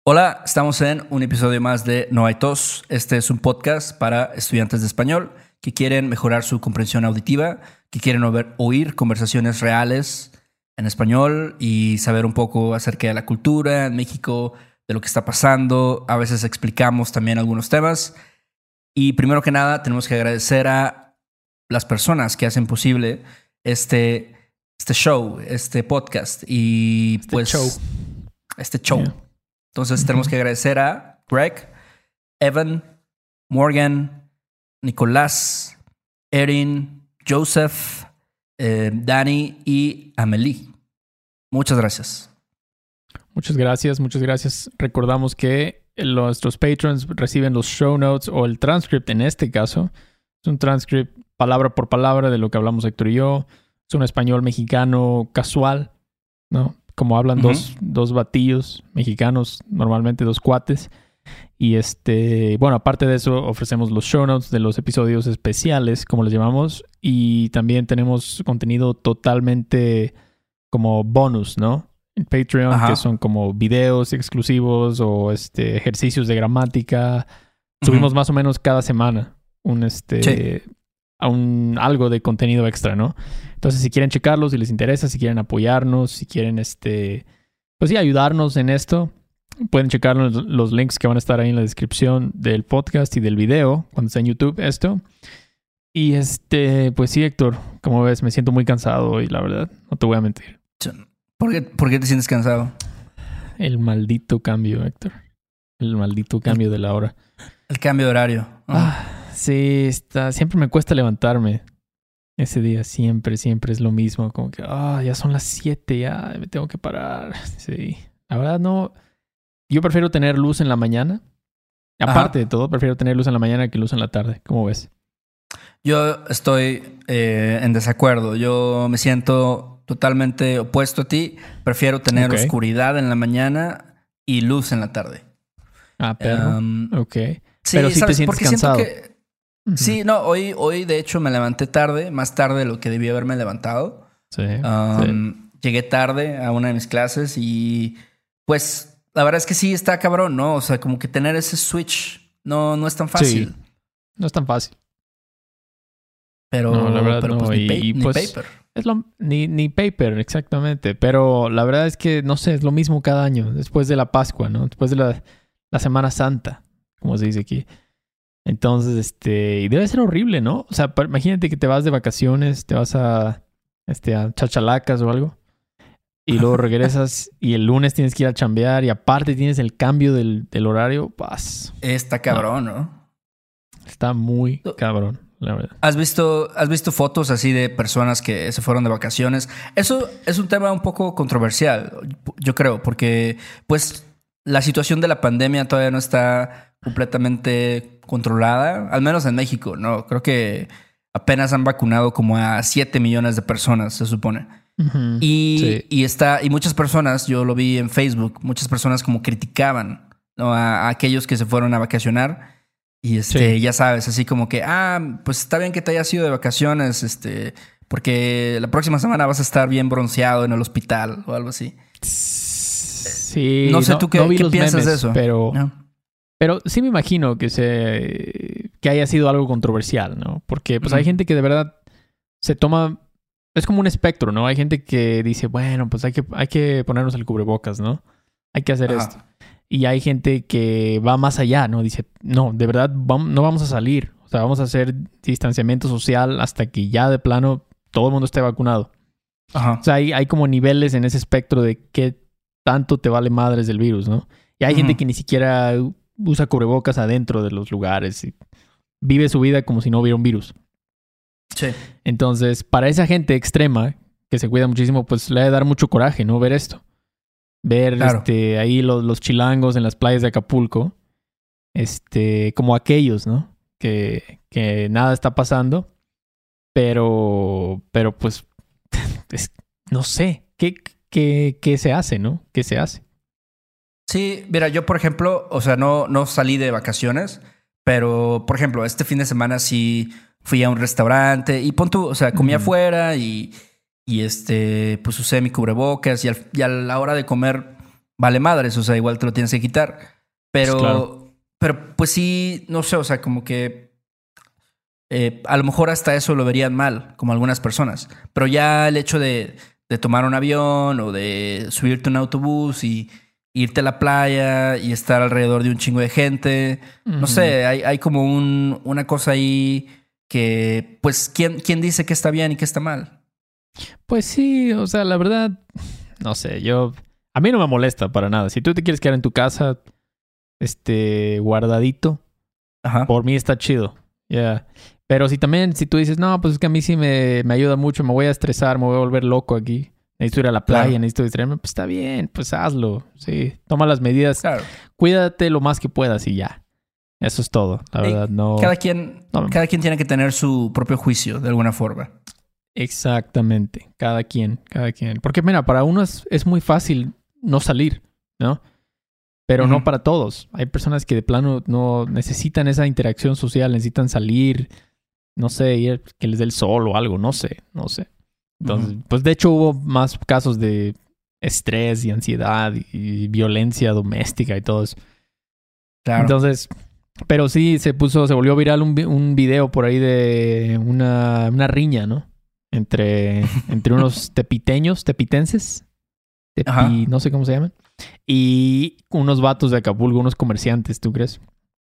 Hola, estamos en un episodio más de No hay tos. Este es un podcast para estudiantes de español que quieren mejorar su comprensión auditiva, que quieren oír conversaciones reales en español y saber un poco acerca de la cultura en México, de lo que está pasando. A veces explicamos también algunos temas. Y primero que nada, tenemos que agradecer a las personas que hacen posible este show, este podcast y este show. Yeah. Entonces tenemos que agradecer a Greg, Evan, Morgan, Nicolás, Erin, Joseph, Dani y Amelie. Muchas gracias. Muchas gracias. Recordamos que nuestros patrons reciben los show notes o el transcript en este caso. Es un transcript palabra por palabra de lo que hablamos Héctor y yo. Es un español mexicano casual, ¿no? Como hablan dos batillos mexicanos, normalmente dos cuates. Y bueno, aparte de eso, ofrecemos los show notes de los episodios especiales, como les llamamos. Y también tenemos contenido totalmente como bonus, ¿no? En Patreon, que son como videos exclusivos o ejercicios de gramática. Subimos más o menos cada semana algo de contenido extra, ¿no? Entonces, si quieren checarlos, si les interesa, si quieren apoyarnos, si quieren pues sí, ayudarnos en esto, pueden checar los links que van a estar ahí en la descripción del podcast y del video cuando está en YouTube esto. Y pues sí, Héctor, como ves, me siento muy cansado hoy, la verdad. No te voy a mentir. ¿Por qué te sientes cansado? El maldito cambio, Héctor. El maldito cambio de la hora. El cambio de horario. Sí, siempre me cuesta levantarme. Ese día siempre es lo mismo. Como que, ya son las 7, ya me tengo que parar. Sí. La verdad no. Yo prefiero tener luz en la mañana. Aparte de todo, prefiero tener luz en la mañana que luz en la tarde. ¿Cómo ves? Yo estoy en desacuerdo. Yo me siento totalmente opuesto a ti. Prefiero tener oscuridad en la mañana y luz en la tarde. Pero Sí, pero sí ¿sabes? te sientes Porque cansado. Siento que... Sí, no, hoy de hecho me levanté tarde, más tarde de lo que debía haberme levantado. Sí. Llegué tarde a una de mis clases y pues la verdad es que sí está cabrón, ¿no? O sea, como que tener ese switch no es tan fácil. Sí, no es tan fácil. Pero, no, la verdad pero no. pues, ni paper. Ni paper, exactamente. Pero la verdad es que, no sé, es lo mismo cada año. Después de la Pascua, ¿no? Después de la Semana Santa, como se dice aquí. Entonces, y debe ser horrible, ¿no? O sea, imagínate que te vas de vacaciones, te vas a Chachalacas o algo. Y luego regresas y el lunes tienes que ir a chambear y aparte tienes el cambio del horario. Pues, está cabrón, ¿no? Está muy cabrón, la verdad. ¿Has visto fotos así de personas que se fueron de vacaciones? Eso es un tema un poco controversial, yo creo, porque pues la situación de la pandemia todavía no está completamente controlada, al menos en México, ¿no? Creo que apenas han vacunado como a 7 millones de personas, se supone. Y muchas personas, yo lo vi en Facebook, muchas personas como criticaban, ¿no? a aquellos que se fueron a vacacionar. Y ya sabes, así como que, pues está bien que te hayas ido de vacaciones, porque la próxima semana vas a estar bien bronceado en el hospital o algo así. Sí. No sé tú qué piensas memes, de eso. Pero sí me imagino que haya sido algo controversial, ¿no? Porque pues hay gente que de verdad se toma... Es como un espectro, ¿no? Hay gente que dice, bueno, pues hay que ponernos el cubrebocas, ¿no? Hay que hacer esto. Y hay gente que va más allá, ¿no? Dice, no, de verdad no vamos a salir. O sea, vamos a hacer distanciamiento social hasta que ya de plano todo el mundo esté vacunado. O sea, hay como niveles en ese espectro de qué tanto te vale madres del virus, ¿no? Y hay gente que ni siquiera usa cubrebocas adentro de los lugares y vive su vida como si no hubiera un virus. Sí. Entonces, para esa gente extrema que se cuida muchísimo, pues le ha de dar mucho coraje, ¿no? Ver esto. Ver ahí los chilangos en las playas de Acapulco, como aquellos, ¿no? Que nada está pasando, pero pues no sé, ¿qué se hace, no? ¿Qué se hace? Sí, mira, yo por ejemplo, o sea, no salí de vacaciones, pero por ejemplo, este fin de semana sí fui a un restaurante y pon tú, o sea, comí afuera y pues usé mi cubrebocas y a la hora de comer vale madres, o sea, igual te lo tienes que quitar. Pero, Claro. pero pues sí, no sé, o sea, como que a lo mejor hasta eso lo verían mal, como algunas personas. Pero ya el hecho de tomar un avión o de subirte a un autobús y irte a la playa y estar alrededor de un chingo de gente, no sé, hay como una cosa ahí que, pues, ¿quién dice que está bien y que está mal? Pues sí, o sea, la verdad, no sé, a mí no me molesta para nada. Si tú te quieres quedar en tu casa, guardadito, Ajá. por mí está chido. Ya. Pero si tú dices, no, pues es que a mí sí me ayuda mucho, me voy a estresar, me voy a volver loco aquí. Necesito ir a la playa, Claro. necesito distraerme, pues está bien, pues hazlo. Sí, toma las medidas, Claro. cuídate lo más que puedas y ya. Eso es todo, la Sí, verdad, no. No, cada quien tiene que tener su propio juicio, de alguna forma. exactamente, cada quien, cada quien. Porque mira, para unos es muy fácil no salir, ¿no? Pero no Ujú. para todos. Hay personas que de plano no necesitan esa interacción social, necesitan salir, no sé, ir, que les dé el sol o algo, no sé, no sé. Entonces, Ujú. pues de hecho hubo más casos de estrés y ansiedad y violencia doméstica y todo eso. Claro. Entonces, pero sí se volvió viral un video por ahí de una riña, ¿no? Entre unos tepitenses, Ajá. no sé cómo se llaman, y unos vatos de Acapulco, unos comerciantes, ¿tú crees?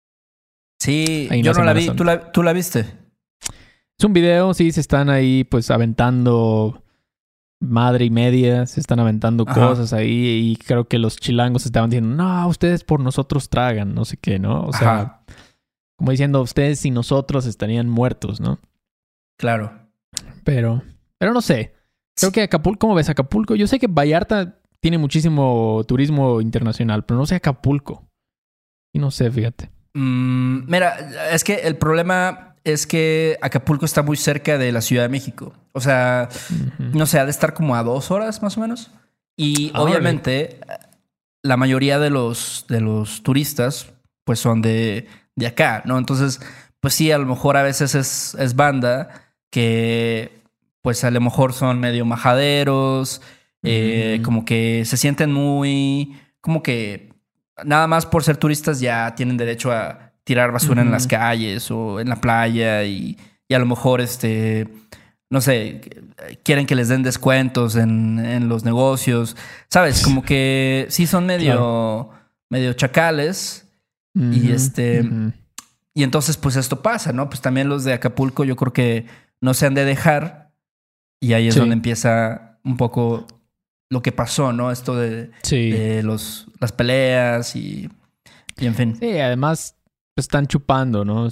Sí, Ahí en yo la no la Semana vi. Santa. Tú la viste? Es un video, sí, se están ahí pues aventando madre y media, se están aventando Ajá. cosas ahí y creo que los chilangos estaban diciendo, no, ustedes por nosotros tragan, no sé qué, ¿no? O sea, Ajá. como diciendo, ustedes sin nosotros estarían muertos, ¿no? Claro. Pero, pero no sé. Creo que Acapulco, ¿cómo ves Acapulco? Yo sé que Vallarta tiene muchísimo turismo internacional, pero no sé Acapulco. Y no sé, fíjate. Mira, es que el problema es que Acapulco está muy cerca de la Ciudad de México. O sea, Ujú. no sé, ha de estar como a 2 horas más o menos. Y Ah, órale. obviamente la mayoría de los turistas pues son de acá, ¿no? Entonces, pues sí, a lo mejor a veces es banda que pues a lo mejor son medio majaderos, Ujú. como que se sienten muy, como que nada más por ser turistas ya tienen derecho a tirar basura en las Ujú. calles o en la playa y a lo mejor no sé, quieren que les den descuentos en los negocios. ¿Sabes? Como que sí son Claro. medio chacales y Ujú. Ujú. y entonces pues esto pasa, ¿no? Pues también los de Acapulco yo creo que no se han de dejar y ahí es donde Sí, empieza un poco lo que pasó, ¿no? Esto sí. de las peleas y en fin. Sí, además pues, están chupando, ¿no?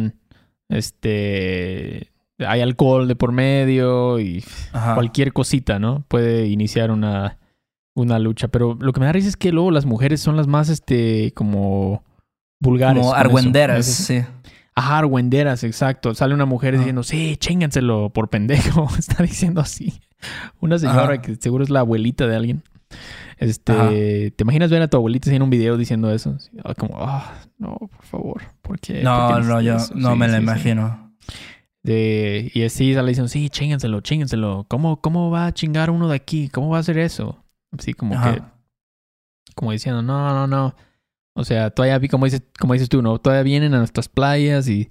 Hay alcohol de por medio y Ajá. cualquier cosita, ¿no? Puede iniciar una lucha. Pero lo que me da risa es que luego las mujeres son las más, como Como vulgares con eso. argüenderas, Eso sí. sí. Ajá, argüenderas, exacto. Sale una mujer Ajá. diciendo, sí, chénganselo por pendejo. Está diciendo así. Una señora Ajá. que seguro es la abuelita de alguien. Ajá. ¿Te imaginas ver a tu abuelita así en un video diciendo eso? Así, como, no, por favor, ¿por qué? ¿Por qué No, no, hiciste yo eso? no Sí, me la sí, sí. imagino. Y así sale diciendo, sí, chéngenselo, chéngenselo. ¿Cómo va a chingar uno de aquí? ¿Cómo va a hacer eso? Así Ajá. como diciendo, no, no, no. O sea, todavía, como dices tú, ¿no? Todavía vienen a nuestras playas y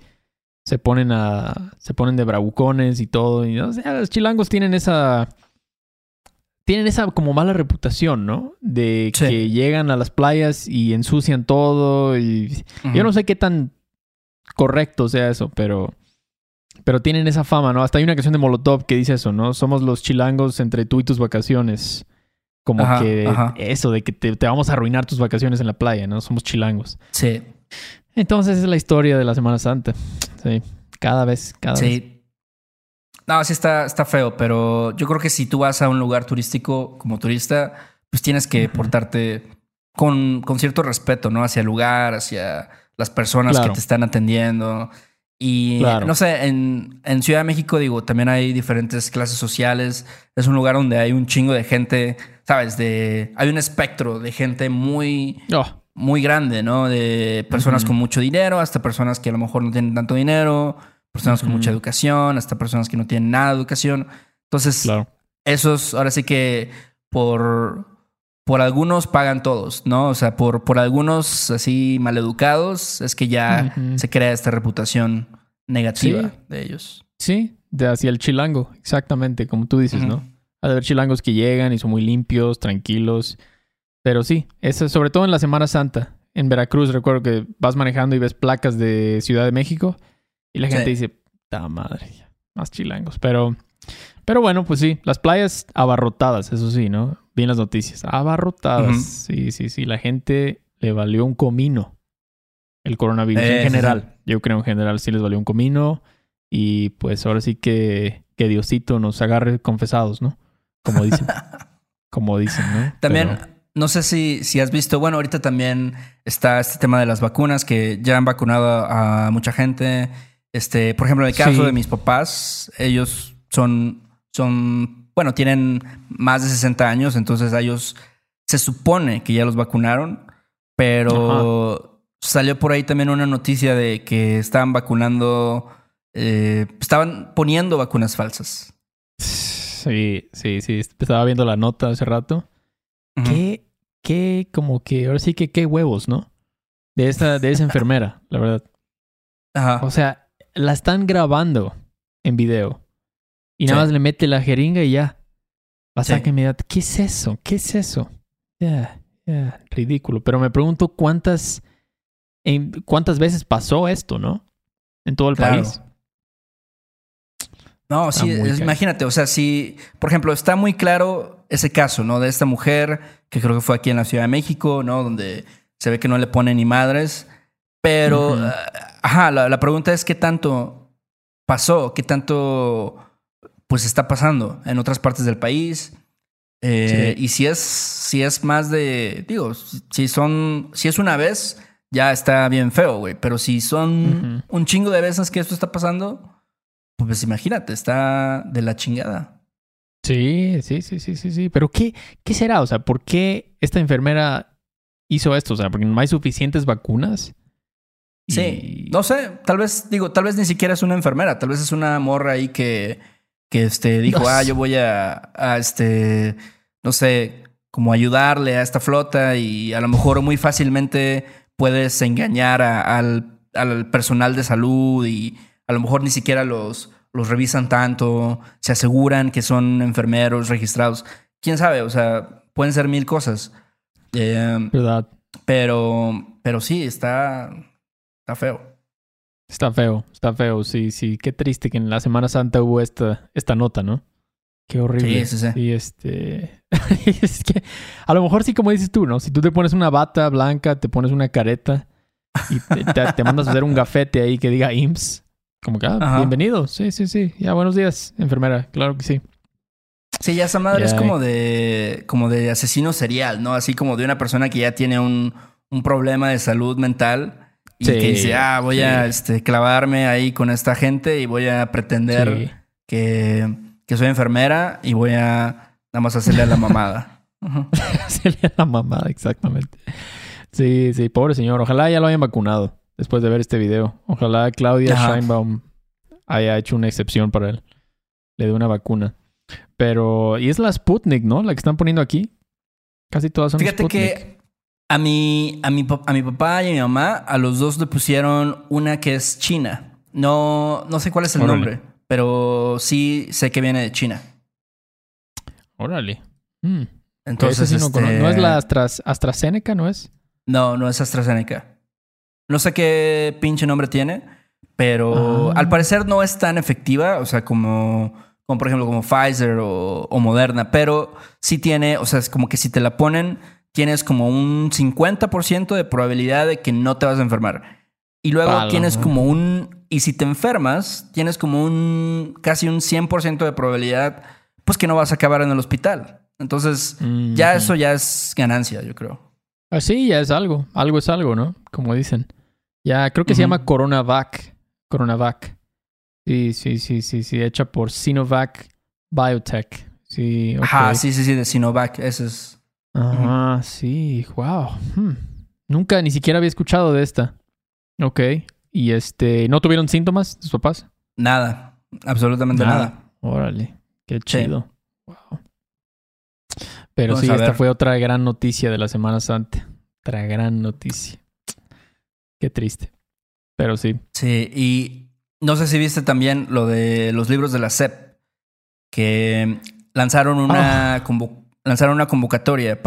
se ponen de bravucones y todo. Y, o sea, los chilangos tienen esa como mala reputación, ¿no? De Sí. que llegan a las playas y ensucian todo y yo Ujú. no sé qué tan correcto sea eso, pero tienen esa fama, ¿no? Hasta hay una canción de Molotov que dice eso, ¿no? Somos los chilangos entre tú y tus vacaciones. Como Ajá. que Ajá. eso, de que te vamos a arruinar tus vacaciones en la playa, ¿no? Somos chilangos. Sí. Entonces esa es la historia de la Semana Santa. Sí, cada vez, cada vez. Sí. No, sí está feo, pero yo creo que si tú vas a un lugar turístico como turista, pues tienes que Ujú. portarte con cierto respeto, ¿no? Hacia el lugar, hacia las personas que te Claro, están atendiendo. Y claro. no sé, en Ciudad de México, digo, también hay diferentes clases sociales. Es un lugar donde hay un chingo de gente, ¿sabes? Hay un espectro de gente Oh, muy grande, ¿no? De personas ujú, con mucho dinero hasta personas que a lo mejor no tienen tanto dinero, personas con mucha ujú, educación, hasta personas que no tienen nada de educación. Entonces, claro. esos, ahora sí que por, por algunos pagan todos, ¿no? O sea, por algunos así maleducados es que ya se crea esta reputación negativa de ellos. Sí, de hacia el chilango, exactamente, como tú dices, ¿no? Ha de haber chilangos que llegan y son muy limpios, tranquilos. Pero sí, eso sobre todo en la Semana Santa. En Veracruz recuerdo que vas manejando y ves placas de Ciudad de México y la gente dice, ¡ta madre! Más chilangos. Pero bueno, pues sí, las playas abarrotadas, eso sí, ¿no? Vi en las noticias, abarrotadas. Sí. La gente le valió un comino el coronavirus en general. Yo creo en general sí les valió un comino. Y pues ahora sí que Diosito nos agarre confesados, ¿no? Como dicen. ¿no? También, no sé si has visto, bueno, ahorita también está este tema de las vacunas, que ya han vacunado a mucha gente. Por ejemplo, en el caso de mis papás, ellos bueno, tienen más de 60 años, entonces a ellos se supone que ya los vacunaron, pero salió por ahí también una noticia de que estaban vacunando, estaban poniendo vacunas falsas. Sí. Estaba viendo la nota hace rato. Como que, ahora sí que qué huevos, ¿no? De esa enfermera, la verdad. O sea, la están grabando en video. Y nada más le mete la jeringa y ya. Pasa que inmediatamente, ¿qué es eso? Ya, ridículo. Pero me pregunto cuántas veces pasó esto, ¿no? En todo el país. No, sí, imagínate, o sea, si, por ejemplo, está muy claro ese caso, ¿no? De esta mujer, que creo que fue aquí en la Ciudad de México, ¿no? Donde se ve que no le pone ni madres. Pero, la pregunta es qué tanto pasó, qué tanto pues está pasando en otras partes del país. Y si es más de, digo, si es una vez, ya está bien feo, güey. Pero si son un chingo de veces que esto está pasando, pues imagínate, está de la chingada. Sí. Pero ¿qué será? O sea, ¿por qué esta enfermera hizo esto? O sea, porque no hay suficientes vacunas. Sí, no sé, tal vez ni siquiera es una enfermera, tal vez es una morra ahí que dijo, yo voy a no sé, como ayudarle a esta flota, y a lo mejor muy fácilmente puedes engañar al personal de salud, y a lo mejor ni siquiera los revisan tanto, se aseguran que son enfermeros registrados. ¿Quién sabe? O sea, pueden ser mil cosas. ¿Verdad? Pero sí, está feo. Está feo, sí. Qué triste que en la Semana Santa hubo esta nota, ¿no? Qué horrible. Sí. Y es que a lo mejor sí, como dices tú, ¿no? Si tú te pones una bata blanca, te pones una careta y te mandas a hacer un gafete ahí que diga IMSS, como que, bienvenido. Sí. Ya, buenos días, enfermera. Claro que sí. Sí, ya esa madre es como de asesino serial, ¿no? Así como de una persona que ya tiene un problema de salud mental. Y que dice, voy a clavarme ahí con esta gente y voy a pretender que soy enfermera y voy a nada más hacerle a la mamada. Hacerle a la mamada, exactamente. Sí, pobre señor. Ojalá ya lo hayan vacunado después de ver este video. Ojalá Claudia Sheinbaum haya hecho una excepción para él. Le dé una vacuna. Pero, y es la Sputnik, ¿no? La que están poniendo aquí. Casi todas son Sputnik. Fíjate que a mi papá y a mi mamá, a los dos le pusieron una que es china. No sé cuál es el nombre, pero sí sé que viene de China. Órale. Entonces, sí no es la AstraZeneca, ¿no es? No es AstraZeneca. No sé qué pinche nombre tiene, pero al parecer no es tan efectiva, o sea, como por ejemplo como Pfizer o Moderna, pero sí tiene, o sea, es como que si te la ponen, tienes como un 50% de probabilidad de que no te vas a enfermar. Y luego tienes como y si te enfermas, tienes como casi un 100% de probabilidad, pues que no vas a acabar en el hospital. Entonces, ya eso ya es ganancia, yo creo. Sí, ya es algo. Algo es algo, ¿no? Como dicen. Ya, creo que se llama Coronavac. Sí. Hecha por Sinovac Biotech. Sí, okay. Ajá, sí, de Sinovac. Ese es. Sí. Wow. Nunca ni siquiera había escuchado de esta. Ok. ¿Y ¿no tuvieron síntomas tus papás? Nada. Absolutamente nada. Órale. Qué chido. Sí. Wow. Pero Vamos sí, a esta ver. fue otra gran noticia de la Semana Santa. Otra gran noticia. Qué triste. Pero sí. Sí, y no sé si viste también lo de los libros de la SEP, que lanzaron una convocatoria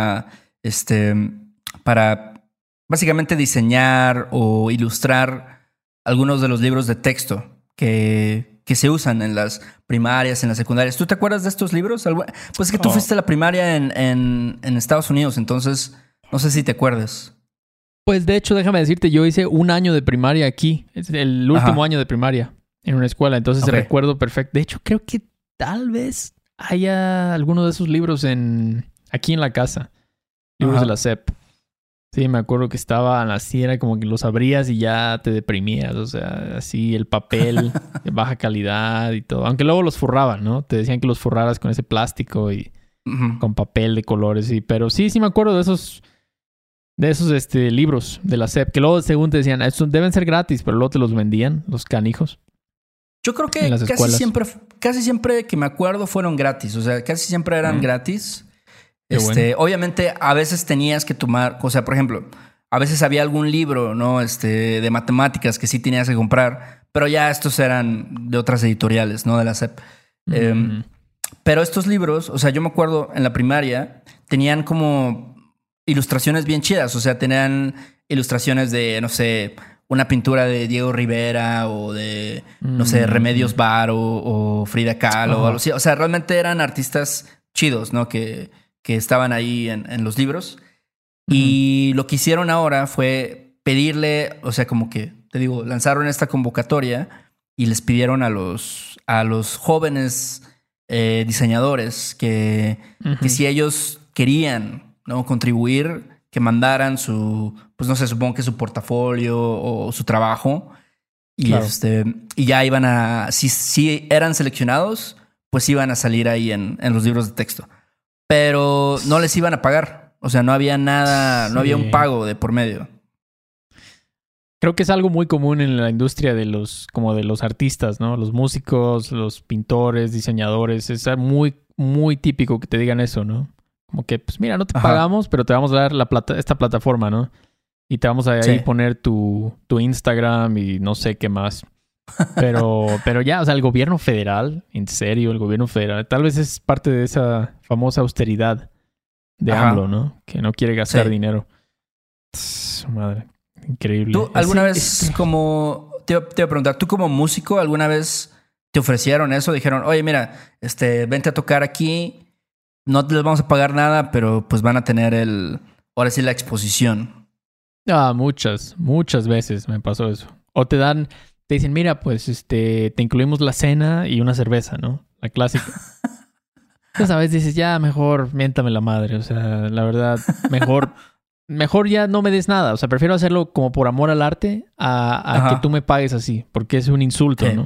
para básicamente diseñar o ilustrar algunos de los libros de texto que se usan en las primarias, en las secundarias. ¿Tú te acuerdas de estos libros? Pues es que tú fuiste a la primaria en Estados Unidos, entonces no sé si te acuerdas. Pues de hecho, déjame decirte, yo hice un año de primaria aquí. Es el último año de primaria en una escuela. Entonces recuerdo perfecto. De hecho, creo que tal vez haya alguno de esos libros aquí en la casa. Libros de la SEP. Sí, me acuerdo que estaban así, era como que los abrías y ya te deprimías. O sea, así el papel de baja calidad y todo. Aunque luego los forraban, ¿no? Te decían que los forraras con ese plástico y con papel de colores. Pero sí me acuerdo de esos libros de la SEP. Que luego según te decían, estos deben ser gratis, pero luego te los vendían, los canijos. Yo creo que casi siempre que me acuerdo fueron gratis. O sea, casi siempre eran gratis. Bueno. Obviamente, a veces tenías que tomar, o sea, por ejemplo, a veces había algún libro, ¿no? De matemáticas que sí tenías que comprar, pero ya estos eran de otras editoriales, ¿no? De la SEP. Pero estos libros, o sea, yo me acuerdo en la primaria, tenían como ilustraciones bien chidas. O sea, tenían ilustraciones de, no sé, una pintura de Diego Rivera o de, no sé, Remedios Varo o Frida Kahlo o algo así. O sea, realmente eran artistas chidos, ¿no? Que estaban ahí en los libros. Y lo que hicieron ahora fue pedirle, o sea, como que, te digo, lanzaron esta convocatoria y les pidieron a los jóvenes diseñadores que si ellos querían, ¿no? Contribuir, que mandaran pues no sé, supongo que su portafolio o su trabajo. Y, claro. Y ya iban si eran seleccionados, pues iban a salir ahí en los libros de texto. Pero no les iban a pagar. O sea, no había nada, no había un pago de por medio. Creo que es algo muy común en la industria de los artistas, ¿no? Los músicos, los pintores, diseñadores. Es muy, muy típico que te digan eso, ¿no? Como que, pues mira, no te pagamos, pero te vamos a dar esta plataforma, ¿no? Y te vamos a ahí poner tu Instagram y no sé qué más. Pero ya, o sea, el gobierno federal, en serio, el gobierno federal, tal vez es parte de esa famosa austeridad de AMLO, ¿no? Que no quiere gastar dinero. Madre, increíble. ¿Tú alguna vez te iba a preguntar, tú como músico, alguna vez te ofrecieron eso? Dijeron, oye, mira, vente a tocar aquí, no les vamos a pagar nada, pero pues van a tener ahora sí, la exposición. Muchas veces me pasó eso. O te dicen, mira, pues te incluimos la cena y una cerveza, ¿no? La clásica. Entonces a veces dices, ya mejor miéntame la madre. O sea, la verdad, mejor ya no me des nada. O sea, prefiero hacerlo como por amor al arte a que tú me pagues así. Porque es un insulto, ¿no?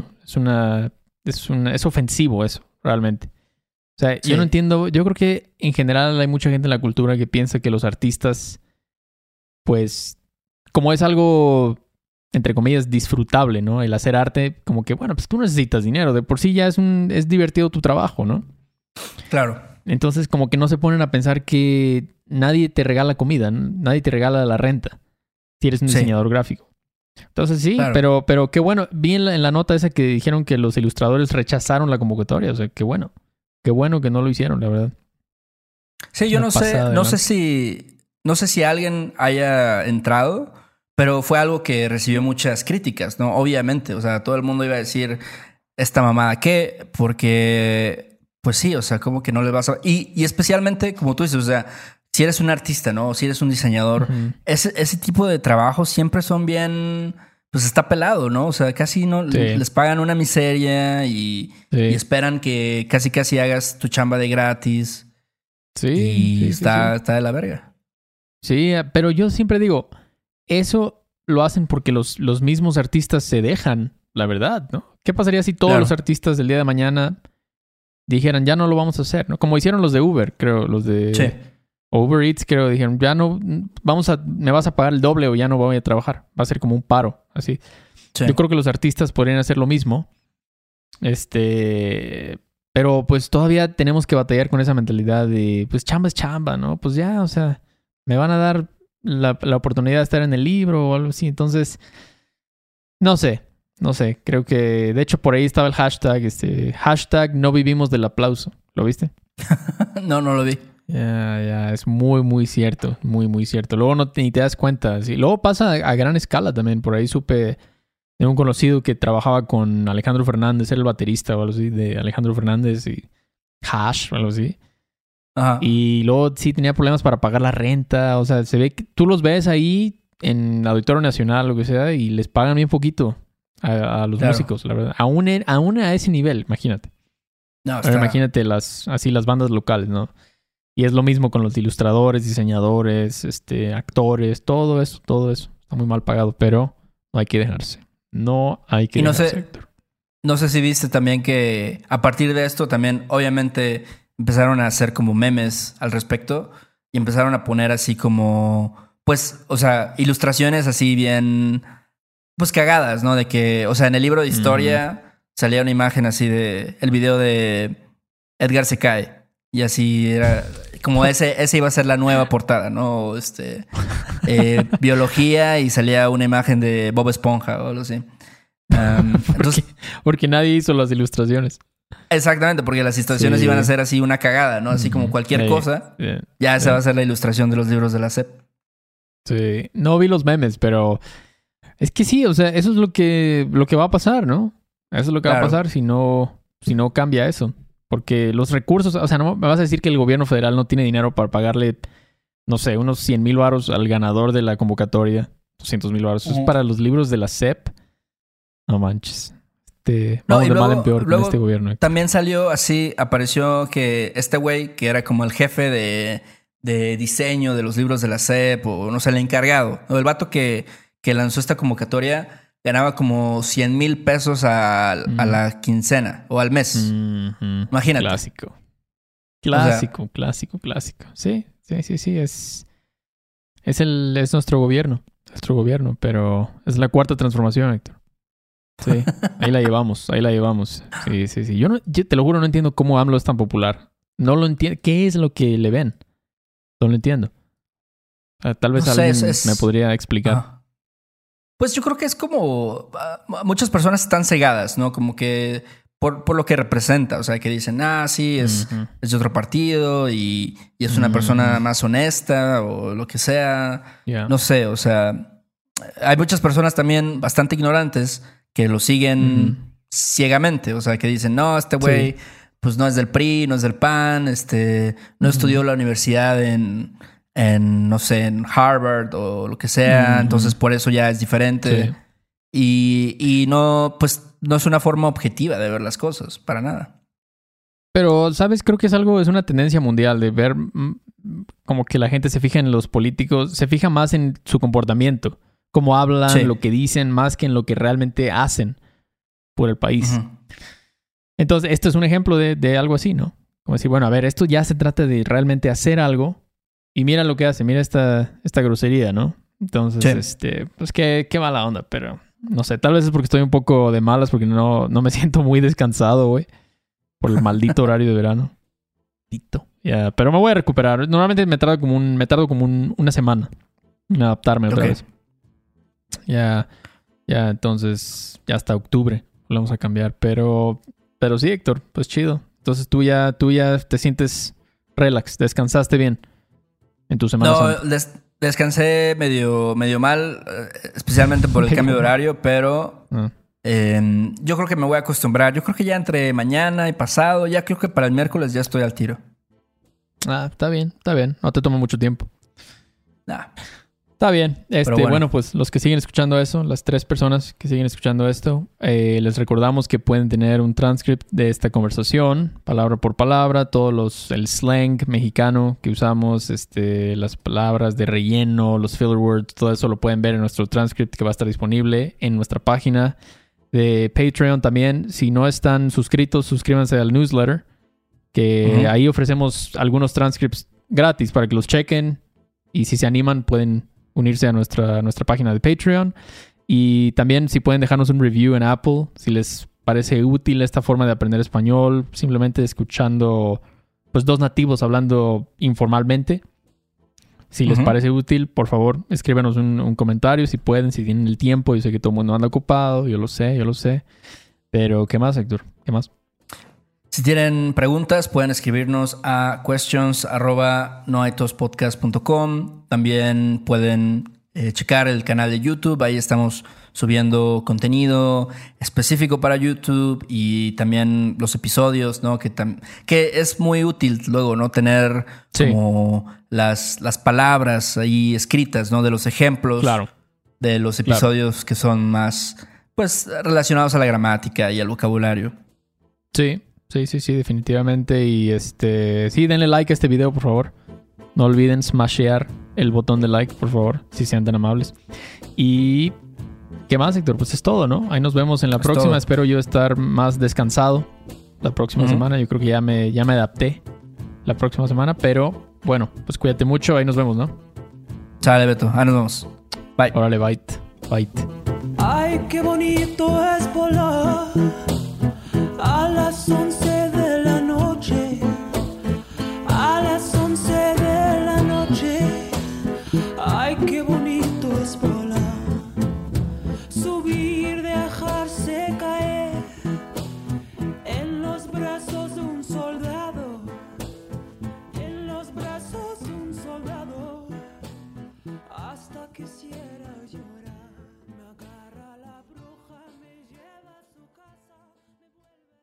Es ofensivo eso, realmente. O sea, yo no entiendo. Yo creo que en general hay mucha gente en la cultura que piensa que los artistas, pues, como es algo, entre comillas, disfrutable, ¿no? El hacer arte, como que, bueno, pues tú necesitas dinero. De por sí ya es divertido tu trabajo, ¿no? Claro. Entonces, como que no se ponen a pensar que nadie te regala comida, ¿no? Nadie te regala la renta si eres un diseñador gráfico. Entonces, sí, claro. pero qué bueno. Vi en la nota esa que dijeron que los ilustradores rechazaron la convocatoria. O sea, qué bueno. Qué bueno que no lo hicieron, la verdad. Sí, yo no sé si alguien haya entrado, pero fue algo que recibió muchas críticas, ¿no? Obviamente, o sea, todo el mundo iba a decir esta mamada, ¿qué? Porque, pues sí, o sea, como que no le vas a... Y especialmente, como tú dices, o sea, si eres un artista, ¿no? Si eres un diseñador, ese tipo de trabajos siempre son bien... Pues está pelado, ¿no? O sea, casi no les pagan una miseria y esperan que casi hagas tu chamba de gratis. Y está de la verga. Sí, pero yo siempre digo, eso lo hacen porque los mismos artistas se dejan, la verdad, ¿no? ¿Qué pasaría si todos los artistas del día de mañana dijeran, ya no lo vamos a hacer, ¿no? Como hicieron los de Uber, creo, los de Uber Eats, creo, dijeron, ya no, me vas a pagar el doble o ya no voy a trabajar. Va a ser como un paro, así. Sí. Yo creo que los artistas podrían hacer lo mismo. Pero Pero pues todavía tenemos que batallar con esa mentalidad de, pues chamba es chamba, ¿no? Pues ya, o sea, me van a dar la oportunidad de estar en el libro o algo así. Entonces, no sé. Creo que, de hecho, por ahí estaba el hashtag no vivimos del aplauso. ¿Lo viste? No lo vi. Ya, es muy, muy cierto. Muy, muy cierto. Luego ni te das cuenta. Sí. Luego pasa a gran escala también. Por ahí supe de un conocido que trabajaba con Alejandro Fernández, era el baterista o algo así de Alejandro Fernández y Hash o algo así. Ajá. Y luego sí tenía problemas para pagar la renta. O sea, se ve que tú los ves ahí en el Auditorio Nacional o lo que sea y les pagan bien poquito a los músicos, la verdad. Aún a ese nivel, imagínate. No, Ahora imagínate las bandas locales, ¿no? Y es lo mismo con los ilustradores, diseñadores, actores, todo eso. Está muy mal pagado, pero no hay que dejarse. No hay que dejarse, Héctor. No sé si viste también que a partir de esto también, obviamente, empezaron a hacer como memes al respecto y empezaron a poner así como, pues, o sea, ilustraciones así bien, pues cagadas, ¿no? De que, o sea, en el libro de historia salía una imagen así de el video de Edgar se cae y así era como ese iba a ser la nueva portada, ¿no? Biología y salía una imagen de Bob Esponja o algo así. Porque nadie hizo las ilustraciones. Exactamente, porque las ilustraciones iban a ser así una cagada, ¿no? Así como cualquier cosa. Ya esa va a ser la ilustración de los libros de la SEP. Sí, no vi los memes, pero es que sí, o sea, eso es lo que va a pasar, ¿no? Eso es lo que va a pasar si no cambia eso. Porque los recursos, o sea, no me vas a decir que el gobierno federal no tiene dinero para pagarle, no sé, unos 100,000 varos al ganador de la convocatoria. 200,000 varos. Eso es para los libros de la SEP. No manches. Vamos de mal en peor con este gobierno. También apareció que este güey, que era como el jefe de diseño de los libros de la SEP, o no sé, el encargado, o el vato que lanzó esta convocatoria, ganaba como 100,000 pesos a la quincena o al mes. Imagínate. Clásico. Sí. Es nuestro gobierno. Pero es la cuarta transformación, Héctor. Sí, ahí la llevamos. Sí. Yo te lo juro, no entiendo cómo AMLO es tan popular. No lo entiendo. ¿Qué es lo que le ven? No lo entiendo. Tal vez alguien me podría explicar. Pues yo creo que es como muchas personas están cegadas, ¿no? Como que por lo que representa, o sea, que dicen, sí, es de otro partido y es una persona más honesta o lo que sea. Yeah. No sé, o sea, hay muchas personas también bastante ignorantes que lo siguen ciegamente, o sea, que dicen, no, este güey pues no es del PRI, no es del PAN, no estudió la universidad en no sé, en Harvard o lo que sea, entonces por eso ya es diferente. Sí. Y no, pues no es una forma objetiva de ver las cosas, para nada. Pero, ¿sabes? Creo que es una tendencia mundial de ver como que la gente se fija en los políticos, se fija más en su comportamiento, cómo hablan, lo que dicen, más que en lo que realmente hacen por el país. Entonces, esto es un ejemplo de algo así, ¿no? Como decir, bueno, a ver, esto ya se trata de realmente hacer algo. Y mira lo que hace, mira esta grosería, ¿no? Entonces, pues qué mala onda, pero no sé, tal vez es porque estoy un poco de malas, porque no me siento muy descansado, güey, por el maldito horario de verano. Pero me voy a recuperar. Normalmente me tardo como una semana en adaptarme otra vez. Ya, entonces, ya hasta octubre vamos a cambiar. Pero sí, Héctor, pues chido. Entonces tú ya te sientes relax, descansaste bien. En tu semana. No, descansé medio mal, especialmente por el cambio de horario, pero yo creo que me voy a acostumbrar. Yo creo que ya entre mañana y pasado, ya creo que para el miércoles ya estoy al tiro. Está bien. No te toma mucho tiempo. Nah. Está bien. Bueno, pues los que siguen escuchando eso, las 3 personas que siguen escuchando esto, les recordamos que pueden tener un transcript de esta conversación, palabra por palabra, el slang mexicano que usamos, las palabras de relleno, los filler words, todo eso lo pueden ver en nuestro transcript que va a estar disponible en nuestra página de Patreon también. Si no están suscritos, suscríbanse al newsletter, que ahí ofrecemos algunos transcripts gratis para que los chequen y si se animan pueden unirse a nuestra página de Patreon. Y también si pueden dejarnos un review en Apple, si les parece útil esta forma de aprender español, simplemente escuchando pues 2 nativos hablando informalmente. Si les parece útil, por favor, escríbanos un comentario si pueden, si tienen el tiempo. Yo sé que todo el mundo anda ocupado, yo lo sé. Pero, ¿qué más, Héctor? ¿Qué más? Si tienen preguntas, pueden escribirnos a questions@noaitospodcast.com. También pueden checar el canal de YouTube. Ahí estamos subiendo contenido específico para YouTube y también los episodios, ¿no? Que es muy útil luego, ¿no? Tener como las palabras ahí escritas, ¿no? De los ejemplos de los episodios que son más, pues, relacionados a la gramática y al vocabulario. Sí, definitivamente. Y sí, denle like a este video, por favor. No olviden smashear el botón de like, por favor, si sean tan amables. Y ¿qué más, Héctor? Pues es todo, ¿no? Ahí nos vemos en la próxima. Todo. Espero yo estar más descansado la próxima semana. Yo creo que ya me adapté la próxima semana. Pero bueno, pues cuídate mucho. Ahí nos vemos, ¿no? Sale, Beto. Ahí nos vemos. Bye. Órale, bye. Ay, qué bonito es volar a las 11 de la noche. A las 11 de la noche. Ay, qué bonito es volar. Subir, dejarse caer en los brazos de un soldado. En los brazos de un soldado. Hasta quisiera llorar. Me agarra la bruja, me lleva a su casa, me vuelve.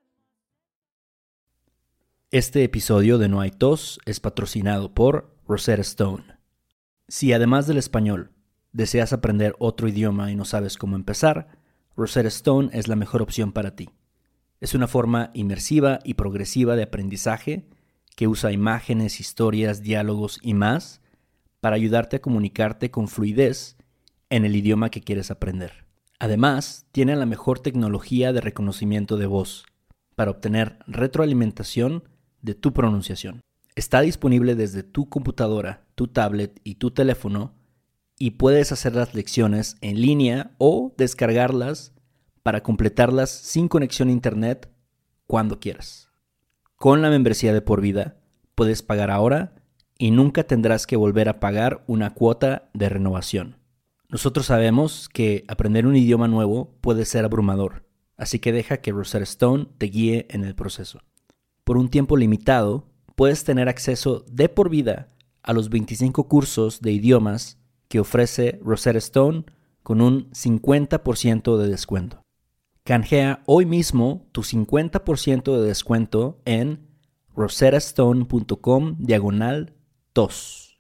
Este episodio de No hay tos es patrocinado por Rosetta Stone. Si además del español deseas aprender otro idioma y no sabes cómo empezar, Rosetta Stone es la mejor opción para ti. Es una forma inmersiva y progresiva de aprendizaje que usa imágenes, historias, diálogos y más para ayudarte a comunicarte con fluidez en el idioma que quieres aprender. Además, tiene la mejor tecnología de reconocimiento de voz para obtener retroalimentación de tu pronunciación. Está disponible desde tu computadora, tu tablet y tu teléfono y puedes hacer las lecciones en línea o descargarlas para completarlas sin conexión a internet cuando quieras. Con la membresía de por vida puedes pagar ahora y nunca tendrás que volver a pagar una cuota de renovación. Nosotros sabemos que aprender un idioma nuevo puede ser abrumador, así que deja que Rosetta Stone te guíe en el proceso. Por un tiempo limitado, puedes tener acceso de por vida a los 25 cursos de idiomas que ofrece Rosetta Stone con un 50% de descuento. Canjea hoy mismo tu 50% de descuento en rosettastone.com/tos.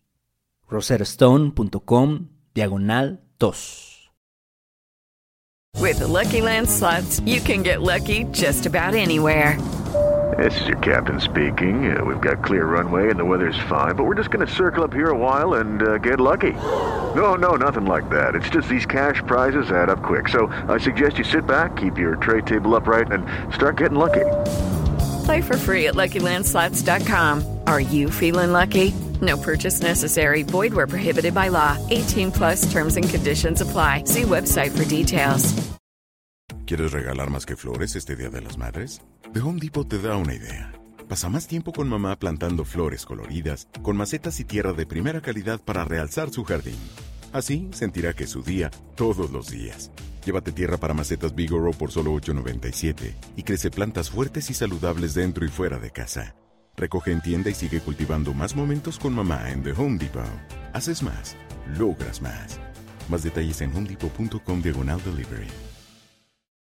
rosettastone.com/tos. With the Lucky Land Slots, you can get lucky just about anywhere. This is your captain speaking. We've got clear runway and the weather's fine, but we're just going to circle up here a while and get lucky. No, nothing like that. It's just these cash prizes add up quick. So I suggest you sit back, keep your tray table upright, and start getting lucky. Play for free at LuckyLandSlots.com. Are you feeling lucky? No purchase necessary. Void where prohibited by law. 18+ terms and conditions apply. See website for details. ¿Quieres regalar más que flores este Día de las Madres? The Home Depot te da una idea. Pasa más tiempo con mamá plantando flores coloridas, con macetas y tierra de primera calidad para realzar su jardín. Así sentirá que es su día todos los días. Llévate tierra para macetas Bigoro por solo $8.97 y crece plantas fuertes y saludables dentro y fuera de casa. Recoge en tienda y sigue cultivando más momentos con mamá en The Home Depot. Haces más, logras más. Más detalles en homedepot.com/delivery.